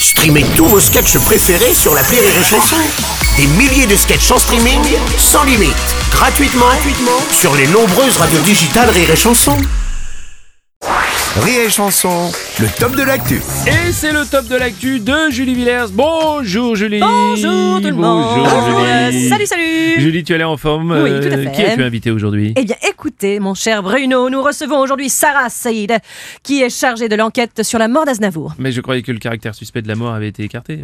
Streamez tous vos sketchs préférés sur l'appli Rire et Chanson. Des milliers de sketchs en streaming, sans limite, gratuitement sur les nombreuses radios digitales Rire et Chanson. Rire et Chanson, le top de l'actu. Et c'est le top de l'actu de Julie Villers. Bonjour Julie. Bonjour tout le monde. Bonjour Julie. Salut. Julie, tu es là en forme. Oui, tout à fait. Qui as-tu invité aujourd'hui? Eh bien, écoutez, mon cher Bruno, nous recevons aujourd'hui Sarah Saïd, qui est chargée de l'enquête sur la mort d'Aznavour. Mais je croyais que le caractère suspect de la mort avait été écarté.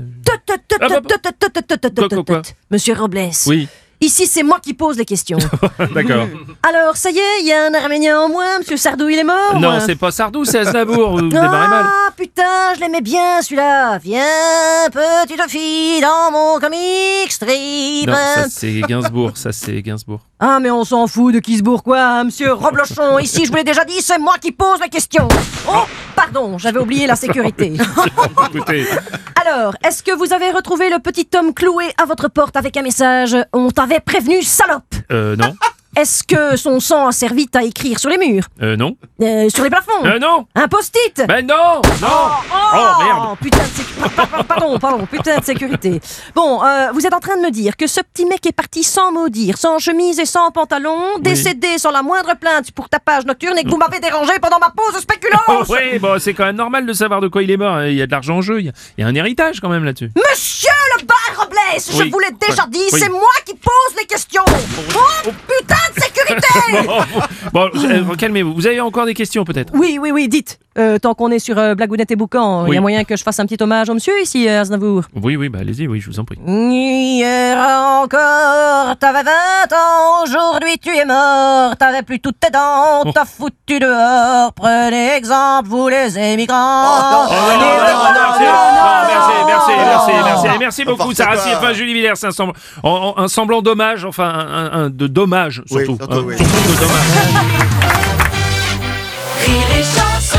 Quoi Monsieur Robles. Oui, Ici, c'est moi qui pose les questions. d'accord. Alors, ça y est, il y a un Arménien en moins, Monsieur Sardou, il est mort? Non, c'est pas Sardou, c'est Aznavour. Vous démarrez mal. Ah, putain, je l'aimais bien, celui-là. Viens, petite fille, dans mon comic strip. Non, ça c'est Gainsbourg, Ah, mais on s'en fout de qui se bourre quoi, hein, Monsieur Roblochon. Ici, je vous l'ai déjà dit, c'est moi qui pose les questions. Oh, pardon, j'avais oublié la sécurité. Écoutez, Alors, est-ce que vous avez retrouvé le petit homme cloué à votre porte avec un message « On t'avait prévenu, salope » non, Est-ce que son sang a servi à écrire sur les murs? non, Sur les plafonds? non. Un post-it? Ben non. Oh merde. Putain de pardon, putain de sécurité. Bon, vous êtes en train de me dire que ce petit mec est parti sans mot dire, sans chemise et sans pantalon, décédé sans la moindre plainte pour tapage nocturne et que vous m'avez dérangé pendant ma pause spéculance. Oh, oui, bon, c'est quand même normal de savoir de quoi il est mort. Il y a de l'argent en jeu, il y a un héritage quand même là-dessus. Monsieur le bar Robles, je Oui. vous l'ai déjà dit, Oui. c'est moi qui pose les questions. Oh, putain de sécurité. Bon, calmez-vous. Vous avez encore des questions peut-être? Oui, dites. Tant qu'on est sur Blagounette et Boucan, il y Oui. a moyen que je fasse un petit hommage au monsieur ici, Aznavour. Oui, bah allez-y, oui, je vous en prie. Hier encore, t'avais 20 ans, aujourd'hui tu es mort, t'avais plus toutes tes dents, t'as foutu dehors, prenez exemple, vous les émigrants. Merci beaucoup, Sarah. Enfin, Julie Villers, un semblant d'hommage, enfin, de dommage surtout. Oui, surtout, oui. Surtout de dommage. Rire et Chanson.